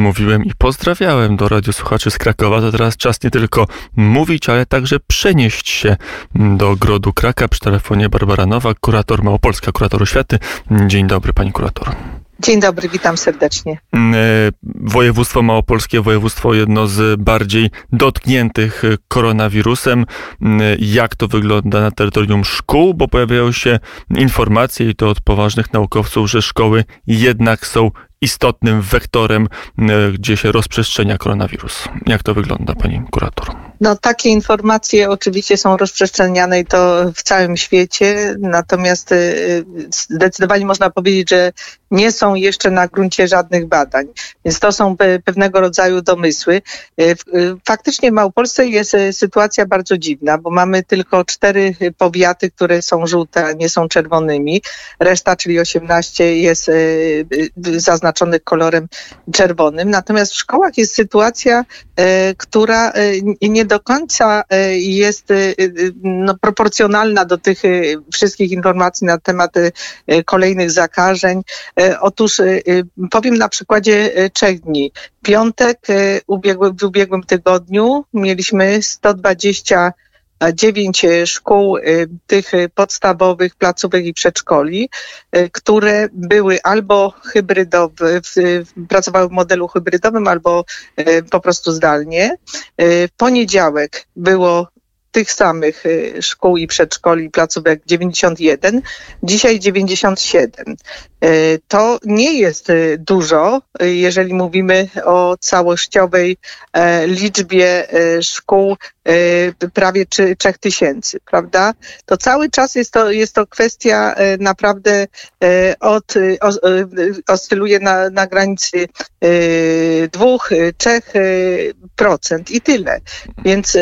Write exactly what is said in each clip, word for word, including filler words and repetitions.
mówiłem i pozdrawiałem do radiosłuchaczy z Krakowa, to teraz czas nie tylko mówić, ale także przenieść się do Ogrodu Kraka. Przy telefonie Barbara Nowak, kurator Małopolska, kurator oświaty. Dzień dobry, pani kurator. Dzień dobry, witam serdecznie. Województwo małopolskie, województwo jedno z bardziej dotkniętych koronawirusem. Jak to wygląda na terytorium szkół? Bo pojawiają się informacje, i to od poważnych naukowców, że szkoły jednak są istotnym wektorem, gdzie się rozprzestrzenia koronawirus. Jak to wygląda, pani kurator? No, takie informacje oczywiście są rozprzestrzeniane i to w całym świecie, natomiast zdecydowanie można powiedzieć, że nie są jeszcze na gruncie żadnych badań, więc to są pewnego rodzaju domysły. Faktycznie w Małopolsce jest sytuacja bardzo dziwna, bo mamy tylko cztery powiaty, które są żółte, a nie są czerwonymi. Reszta, czyli osiemnaście, jest zaznaczonych kolorem czerwonym. Natomiast w szkołach jest sytuacja, która nie do końca jest no, proporcjonalna do tych wszystkich informacji na temat kolejnych zakażeń. Otóż powiem na przykładzie trzech dni. Piątek ubiegły, w ubiegłym tygodniu mieliśmy sto dwadzieścia dziewięć szkół tych podstawowych, placówek i przedszkoli, które były albo hybrydowe, pracowały w modelu hybrydowym, albo po prostu zdalnie. W poniedziałek było tych samych szkół i przedszkoli i placówek dziewięćdziesiąt jeden, dzisiaj dziewięćdziesiąt siedem. To nie jest dużo, jeżeli mówimy o całościowej liczbie szkół prawie trzech tysięcy, prawda? To cały czas jest to, jest to kwestia naprawdę od, oscyluje na, na granicy dwóch, trzech procent i tyle. Więc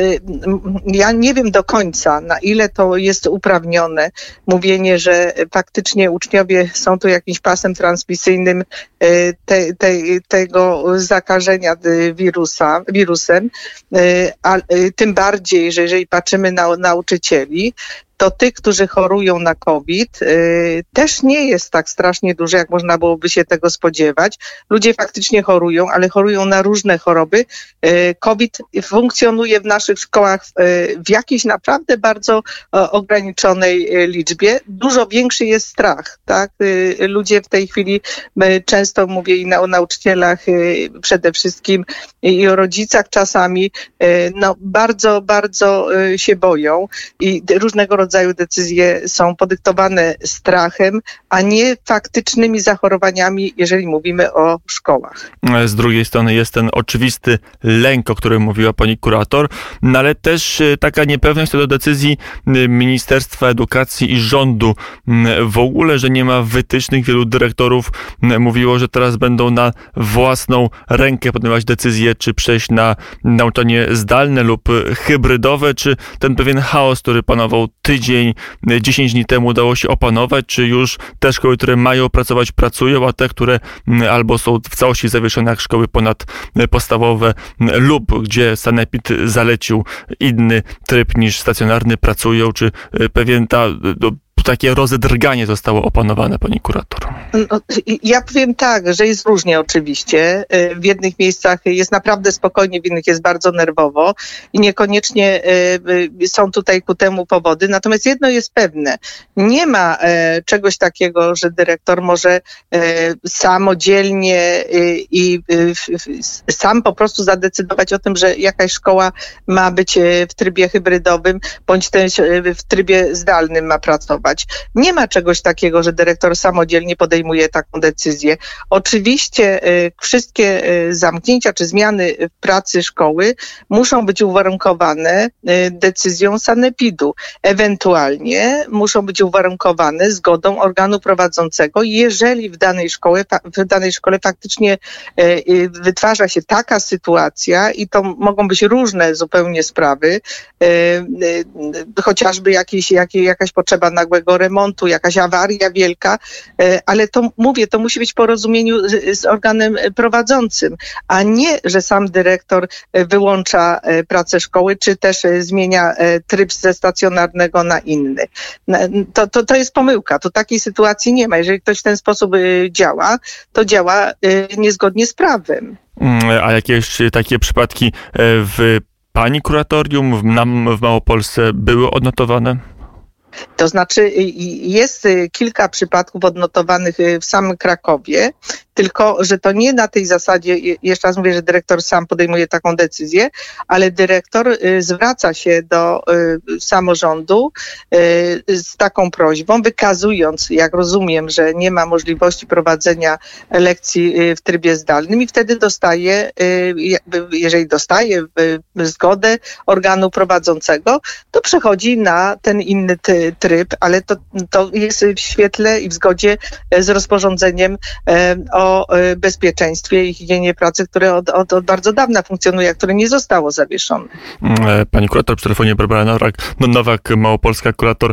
ja nie wiem do końca, na ile to jest uprawnione mówienie, że faktycznie uczniowie są tu jakimś pasem transmisyjnym te, te, tego zakażenia wirusa, wirusem, a tym bardziej, że jeżeli patrzymy na nauczycieli, to tych, którzy chorują na COVID, yy, też nie jest tak strasznie duży, jak można byłoby się tego spodziewać. Ludzie faktycznie chorują, ale chorują na różne choroby. Yy, COVID funkcjonuje w naszych szkołach yy, w jakiejś naprawdę bardzo o, ograniczonej yy, liczbie. Dużo większy jest strach, tak? Yy, ludzie w tej chwili, yy, często mówię i na, o nauczycielach yy, przede wszystkim yy, i o rodzicach czasami, yy, no bardzo, bardzo yy, się boją i różnego rodzaju rodzaju decyzje są podyktowane strachem, a nie faktycznymi zachorowaniami, jeżeli mówimy o szkołach. Z drugiej strony jest ten oczywisty lęk, o którym mówiła pani kurator, no ale też taka niepewność co do decyzji Ministerstwa Edukacji i rządu w ogóle, że nie ma wytycznych. Wielu dyrektorów mówiło, że teraz będą na własną rękę podejmować decyzje, czy przejść na nauczanie zdalne lub hybrydowe, czy ten pewien chaos, który panował tydzień, dziesięć dni temu udało się opanować, czy już te szkoły, które mają pracować, pracują, a te, które albo są w całości zawieszone jak szkoły ponadpodstawowe lub gdzie sanepid zalecił inny tryb niż stacjonarny, pracują, czy pewien ta takie rozedrganie zostało opanowane, pani kurator? No, ja powiem tak, że jest różnie oczywiście. W jednych miejscach jest naprawdę spokojnie, w innych jest bardzo nerwowo i niekoniecznie są tutaj ku temu powody. Natomiast jedno jest pewne. Nie ma czegoś takiego, że dyrektor może samodzielnie i sam po prostu zadecydować o tym, że jakaś szkoła ma być w trybie hybrydowym bądź też w trybie zdalnym ma pracować. Nie ma czegoś takiego, że dyrektor samodzielnie podejmuje taką decyzję. Oczywiście y, wszystkie y, zamknięcia czy zmiany w pracy szkoły muszą być uwarunkowane y, decyzją sanepidu. Ewentualnie muszą być uwarunkowane zgodą organu prowadzącego, jeżeli w danej szkole, w danej szkole faktycznie y, y, wytwarza się taka sytuacja i to mogą być różne zupełnie sprawy, y, y, chociażby jakieś, jak, jakaś potrzeba nagłego remontu, jakaś awaria wielka, ale to mówię, to musi być w porozumieniu z, z organem prowadzącym, a nie, że sam dyrektor wyłącza pracę szkoły, czy też zmienia tryb ze stacjonarnego na inny. To, to, to jest pomyłka, to takiej sytuacji nie ma. Jeżeli ktoś w ten sposób działa, to działa niezgodnie z prawem. A jakieś takie przypadki w pani kuratorium, w, nam w Małopolsce były odnotowane? To znaczy jest kilka przypadków odnotowanych w samym Krakowie, tylko że to nie na tej zasadzie, jeszcze raz mówię, że dyrektor sam podejmuje taką decyzję, ale dyrektor zwraca się do samorządu z taką prośbą, wykazując, jak rozumiem, że nie ma możliwości prowadzenia lekcji w trybie zdalnym i wtedy dostaje, jeżeli dostaje zgodę organu prowadzącego, to przechodzi na ten inny tryb, ale to, to jest w świetle i w zgodzie z rozporządzeniem o bezpieczeństwie i higienie pracy, które od, od, od bardzo dawna funkcjonuje, a które nie zostało zawieszone. Pani kurator przy telefonie Barbara Nowak, Nowak, małopolska kurator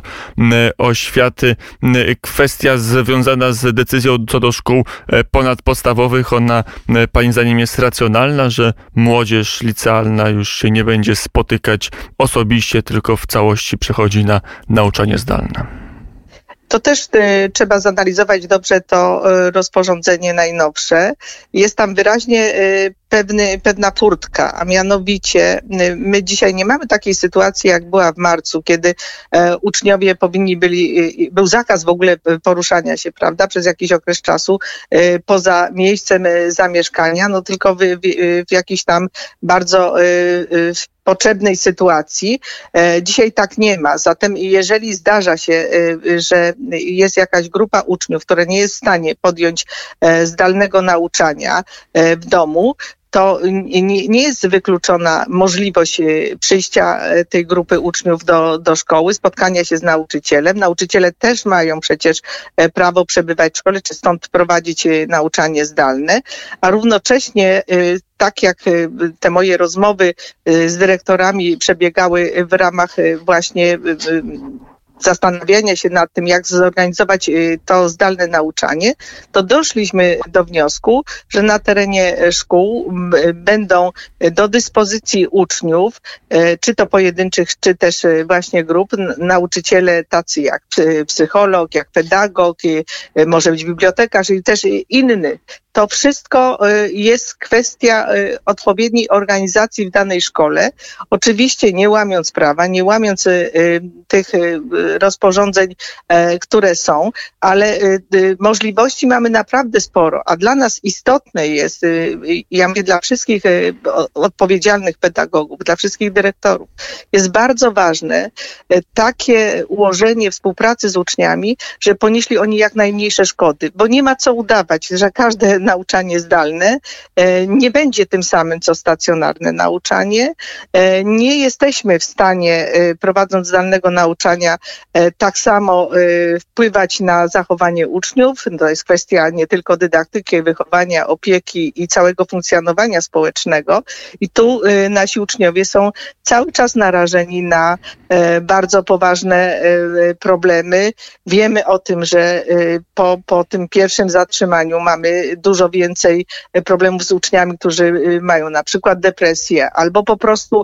oświaty. Kwestia związana z decyzją co do szkół ponadpodstawowych, ona pani zdaniem jest racjonalna, że młodzież licealna już się nie będzie spotykać osobiście, tylko w całości przechodzi na nauczanie zdalne? To też y, trzeba zanalizować dobrze to y, rozporządzenie najnowsze. Jest tam wyraźnie y, pewny, pewna furtka, a mianowicie y, my dzisiaj nie mamy takiej sytuacji, jak była w marcu, kiedy y, uczniowie powinni byli, y, był zakaz w ogóle poruszania się, prawda, przez jakiś okres czasu y, poza miejscem y, zamieszkania, no tylko w, w, w jakiejś tam bardzo y, y, potrzebnej sytuacji. Dzisiaj tak nie ma. Zatem jeżeli zdarza się, że jest jakaś grupa uczniów, która nie jest w stanie podjąć zdalnego nauczania w domu, to nie, nie jest wykluczona możliwość przyjścia tej grupy uczniów do, do szkoły, spotkania się z nauczycielem. Nauczyciele też mają przecież prawo przebywać w szkole, czy stąd prowadzić nauczanie zdalne, a równocześnie tak jak te moje rozmowy z dyrektorami przebiegały w ramach właśnie zastanawiania się nad tym, jak zorganizować to zdalne nauczanie, to doszliśmy do wniosku, że na terenie szkół będą do dyspozycji uczniów, czy to pojedynczych, czy też właśnie grup, nauczyciele tacy jak psycholog, jak pedagog, może być bibliotekarz i też inny. To wszystko jest kwestia odpowiedniej organizacji w danej szkole. Oczywiście nie łamiąc prawa, nie łamiąc tych rozporządzeń, które są, ale możliwości mamy naprawdę sporo, a dla nas istotne jest, ja mówię dla wszystkich odpowiedzialnych pedagogów, dla wszystkich dyrektorów, jest bardzo ważne takie ułożenie współpracy z uczniami, że ponieśli oni jak najmniejsze szkody, bo nie ma co udawać, że każde nauczanie zdalne nie będzie tym samym, co stacjonarne nauczanie. Nie jesteśmy w stanie, prowadząc zdalnego nauczania, tak samo wpływać na zachowanie uczniów. To jest kwestia nie tylko dydaktyki, wychowania, opieki i całego funkcjonowania społecznego. I tu nasi uczniowie są cały czas narażeni na bardzo poważne problemy. Wiemy o tym, że po, po tym pierwszym zatrzymaniu mamy dużo więcej problemów z uczniami, którzy mają na przykład depresję albo po prostu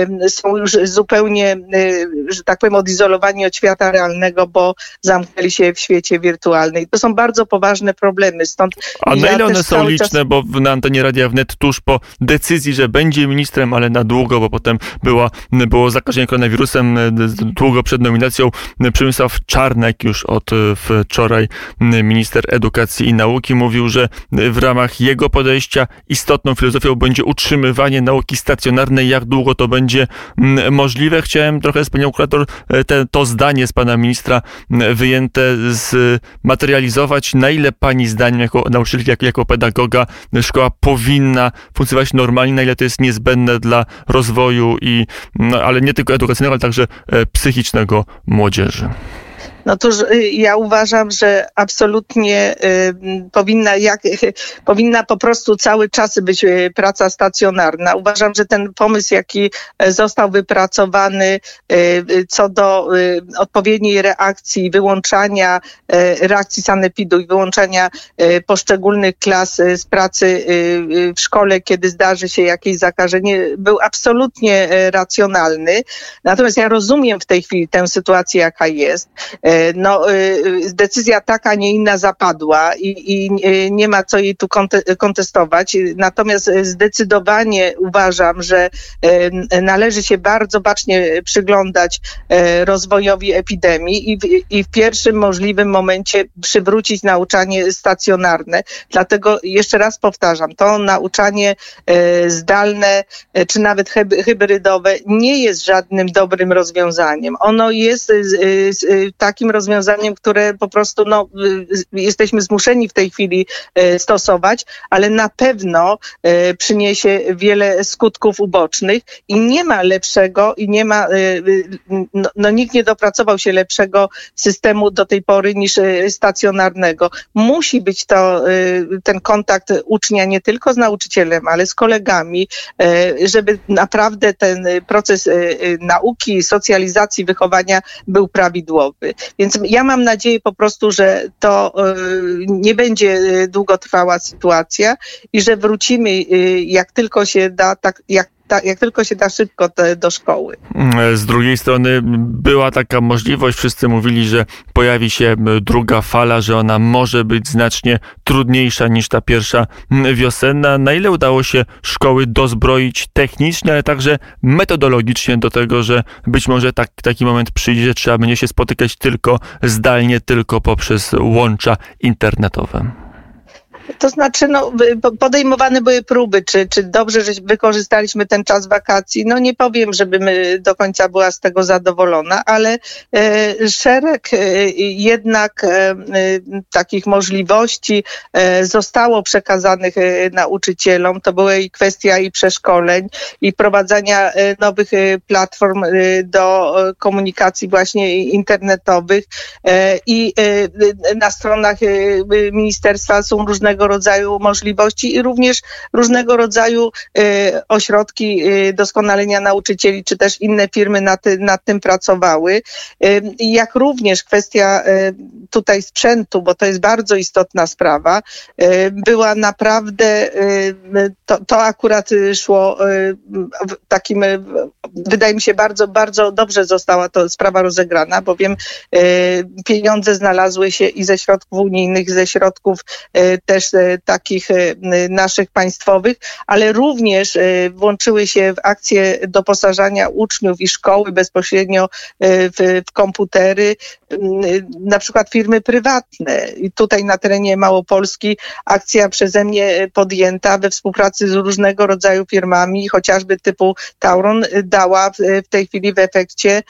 są już zupełnie, że tak powiem, odizolowani od świata realnego, bo zamknęli się w świecie wirtualnym. To są bardzo poważne problemy. Stąd A na ja ile one są liczne, czas... bo na antenie Radia Wnet tuż po decyzji, że będzie ministrem, ale na długo, bo potem była, było zakażenie koronawirusem, długo przed nominacją Przemysław Czarnek już od wczoraj, minister edukacji i nauki, mówił, że w ramach jego podejścia istotną filozofią będzie utrzymywanie nauki stacjonarnej. Jak długo to będzie możliwe? Chciałem trochę z panią kurator te, to zdanie z pana ministra wyjęte zmaterializować. Na ile pani zdaniem jako nauczycielki, jako, jako pedagoga szkoła powinna funkcjonować normalnie? Na ile to jest niezbędne dla rozwoju i, no, ale nie tylko edukacyjnego, ale także psychicznego młodzieży? No to ja uważam, że absolutnie y, powinna, jak, y, powinna po prostu cały czas być y, praca stacjonarna. Uważam, że ten pomysł, jaki został wypracowany y, co do y, odpowiedniej reakcji, wyłączania y, reakcji sanepidu i wyłączania y, poszczególnych klas y, z pracy y, w szkole, kiedy zdarzy się jakieś zakażenie, był absolutnie y, racjonalny. Natomiast ja rozumiem w tej chwili tę sytuację, jaka jest. Y, No, decyzja taka, nie inna zapadła i, i nie ma co jej tu kontestować. Natomiast zdecydowanie uważam, że należy się bardzo bacznie przyglądać rozwojowi epidemii i w, i w pierwszym możliwym momencie przywrócić nauczanie stacjonarne. Dlatego jeszcze raz powtarzam, to nauczanie zdalne czy nawet hybrydowe nie jest żadnym dobrym rozwiązaniem. Ono jest takim rozwiązaniem, które po prostu no, jesteśmy zmuszeni w tej chwili stosować, ale na pewno przyniesie wiele skutków ubocznych i nie ma lepszego i nie ma, no, no nikt nie dopracował się lepszego systemu do tej pory niż stacjonarnego. Musi być to ten kontakt ucznia nie tylko z nauczycielem, ale z kolegami, żeby naprawdę ten proces nauki, socjalizacji, wychowania był prawidłowy. Więc ja mam nadzieję po prostu, że to nie będzie długotrwała sytuacja i że wrócimy jak tylko się da, tak jak Tak, jak tylko się da szybko te, do szkoły. Z drugiej strony była taka możliwość, wszyscy mówili, że pojawi się druga fala, że ona może być znacznie trudniejsza niż ta pierwsza wiosenna. Na ile udało się szkoły dozbroić technicznie, ale także metodologicznie do tego, że być może tak, taki moment przyjdzie, że trzeba będzie się spotykać tylko zdalnie, tylko poprzez łącza internetowe? To znaczy, no, podejmowane były próby, czy, czy dobrze, że wykorzystaliśmy ten czas wakacji. No nie powiem, żebym do końca była z tego zadowolona, ale e, szereg e, jednak e, takich możliwości e, zostało przekazanych e, nauczycielom. To była i kwestia i przeszkoleń, i prowadzenia e, nowych e, platform e, do komunikacji właśnie internetowych e, i e, na stronach e, ministerstwa są różnego rodzaju możliwości i również różnego rodzaju y, ośrodki y, doskonalenia nauczycieli, czy też inne firmy nad, nad tym pracowały. Y, jak również kwestia y, tutaj sprzętu, bo to jest bardzo istotna sprawa, y, była naprawdę, y, to, to akurat szło y, w takim, y, wydaje mi się, bardzo, bardzo dobrze została to sprawa rozegrana, bowiem y, pieniądze znalazły się i ze środków unijnych, ze środków y, też takich naszych państwowych, ale również włączyły się w akcję doposażania uczniów i szkoły bezpośrednio w, w komputery, na przykład firmy prywatne. I tutaj na terenie Małopolski akcja przeze mnie podjęta we współpracy z różnego rodzaju firmami, chociażby typu Tauron, dała w tej chwili w efekcie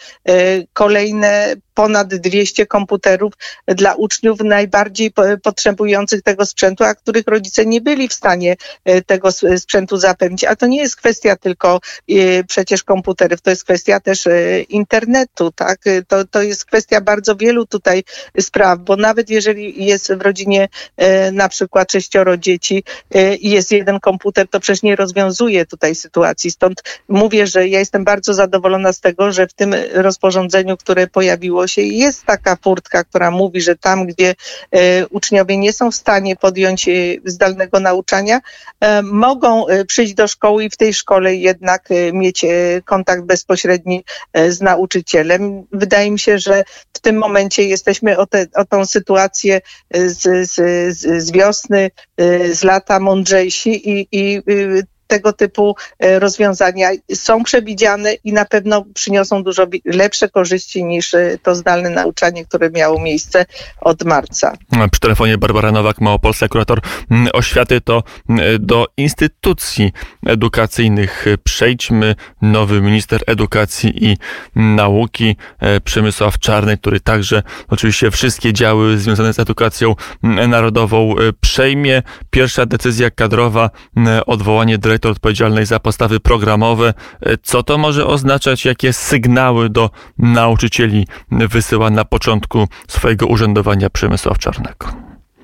kolejne ponad dwieście komputerów dla uczniów najbardziej potrzebujących tego sprzętu, a których rodzice nie byli w stanie tego sprzętu zapewnić. A to nie jest kwestia tylko przecież komputerów, to jest kwestia też internetu, tak? To, to jest kwestia bardzo wielu tutaj spraw, bo nawet jeżeli jest w rodzinie na przykład sześcioro dzieci i jest jeden komputer, to przecież nie rozwiązuje tutaj sytuacji. Stąd mówię, że ja jestem bardzo zadowolona z tego, że w tym rozporządzeniu, które pojawiło się, jest taka furtka, która mówi, że tam, gdzie e, uczniowie nie są w stanie podjąć e, zdalnego nauczania, e, mogą e, przyjść do szkoły i w tej szkole jednak e, mieć e, kontakt bezpośredni e, z nauczycielem. Wydaje mi się, że w tym momencie jesteśmy o, te, o tą sytuację z, z, z, z wiosny, e, z lata mądrzejsi i, i e, tego typu rozwiązania są przewidziane i na pewno przyniosą dużo lepsze korzyści niż to zdalne nauczanie, które miało miejsce od marca. Przy telefonie Barbara Nowak, małopolska kurator oświaty. To do instytucji edukacyjnych przejdźmy. Nowy minister edukacji i nauki Przemysław Czarnek, który także oczywiście wszystkie działy związane z edukacją narodową przejmie. Pierwsza decyzja kadrowa, odwołanie dyrektora odpowiedzialnej za podstawy programowe. Co to może oznaczać? Jakie sygnały do nauczycieli wysyła na początku swojego urzędowania Przemysław Czarnek?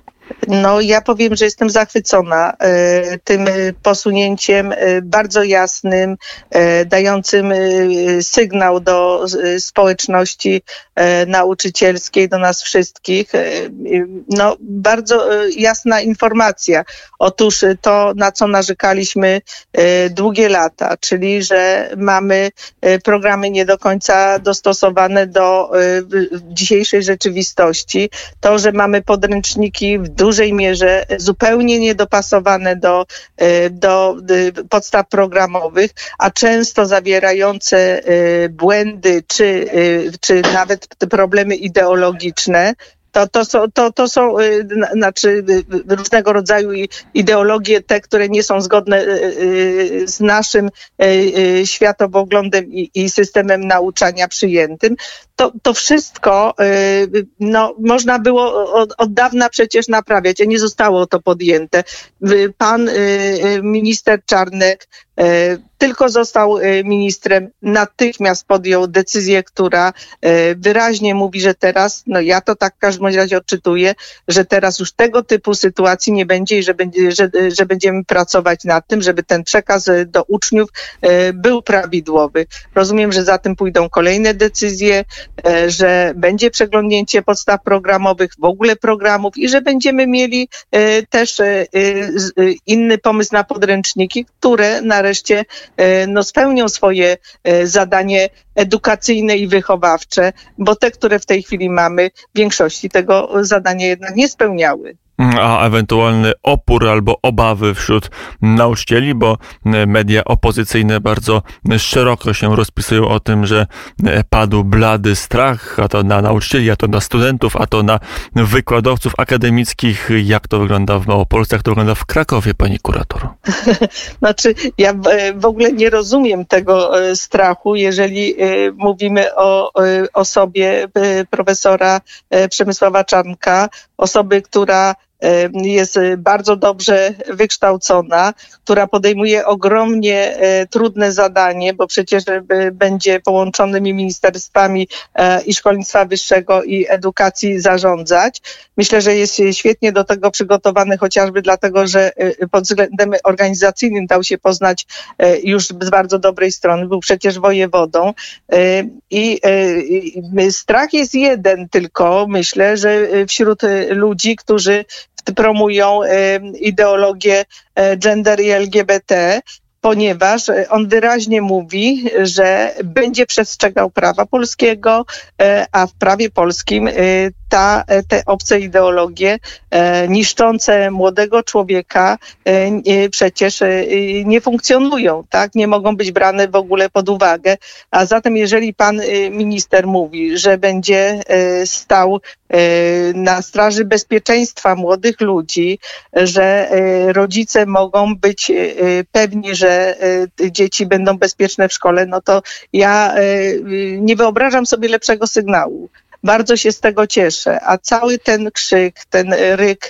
No ja powiem, że jestem zachwycona e, tym posunięciem e, bardzo jasnym, e, dającym e, sygnał do e, społeczności e, nauczycielskiej, do nas wszystkich. E, no bardzo e, jasna informacja. Otóż to, na co narzekaliśmy e, długie lata, czyli że mamy e, programy nie do końca dostosowane do e, dzisiejszej rzeczywistości. To, że mamy podręczniki w dużej mierze zupełnie niedopasowane do, do podstaw programowych, a często zawierające błędy czy, czy nawet problemy ideologiczne. To, to, są, to, to są znaczy, różnego rodzaju ideologie, te, które nie są zgodne z naszym światopoglądem i, i systemem nauczania przyjętym. To, to wszystko no, można było od, od dawna przecież naprawiać, a nie zostało to podjęte. Pan minister Czarnek tylko został ministrem, natychmiast podjął decyzję, która wyraźnie mówi, że teraz, no ja to tak w każdym razie odczytuję, że teraz już tego typu sytuacji nie będzie i że, będzie, że, że będziemy pracować nad tym, żeby ten przekaz do uczniów był prawidłowy. Rozumiem, że za tym pójdą kolejne decyzje, że będzie przeglądnięcie podstaw programowych, w ogóle programów i że będziemy mieli też inny pomysł na podręczniki, które nareszcie no, spełnią swoje zadanie edukacyjne i wychowawcze, bo te, które w tej chwili mamy, w większości tego zadania jednak nie spełniały. A ewentualny opór albo obawy wśród nauczycieli, bo media opozycyjne bardzo szeroko się rozpisują o tym, że padł blady strach, a to na nauczycieli, a to na studentów, a to na wykładowców akademickich. Jak to wygląda w Małopolsce, jak to wygląda w Krakowie, pani kurator? Znaczy, ja w ogóle nie rozumiem tego strachu, jeżeli mówimy o osobie profesora Przemysława Czarnka, osoby, która jest bardzo dobrze wykształcona, która podejmuje ogromnie trudne zadanie, bo przecież będzie połączonymi ministerstwami i szkolnictwa wyższego i edukacji zarządzać. Myślę, że jest świetnie do tego przygotowany, chociażby dlatego, że pod względem organizacyjnym dał się poznać już z bardzo dobrej strony. Był przecież wojewodą i strach jest jeden tylko, myślę, że wśród ludzi, którzy promują ideologię gender i L G B T, ponieważ on wyraźnie mówi, że będzie przestrzegał prawa polskiego, a w prawie polskim ta, te obce ideologie niszczące młodego człowieka przecież nie funkcjonują, tak? Nie mogą być brane w ogóle pod uwagę. A zatem jeżeli pan minister mówi, że będzie stał na straży bezpieczeństwa młodych ludzi, że rodzice mogą być pewni, że dzieci będą bezpieczne w szkole, no to ja nie wyobrażam sobie lepszego sygnału. Bardzo się z tego cieszę, a cały ten krzyk, ten ryk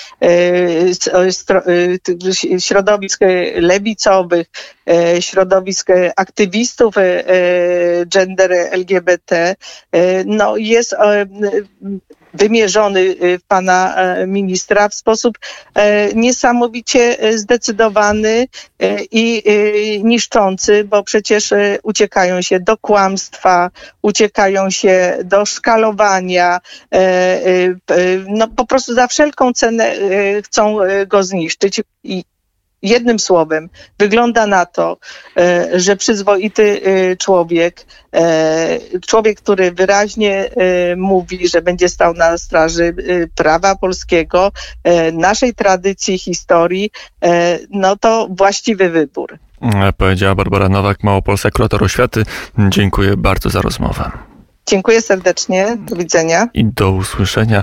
środowisk lewicowych, środowisk aktywistów gender L G B T, no jest wymierzony w pana ministra w sposób niesamowicie zdecydowany i niszczący, bo przecież uciekają się do kłamstwa, uciekają się do szkalowania, no po prostu za wszelką cenę chcą go zniszczyć. I jednym słowem, wygląda na to, że przyzwoity człowiek, człowiek, który wyraźnie mówi, że będzie stał na straży prawa polskiego, naszej tradycji, historii, no to właściwy wybór. Powiedziała Barbara Nowak, Małopolska, kurator oświaty. Dziękuję bardzo za rozmowę. Dziękuję serdecznie. Do widzenia. I do usłyszenia.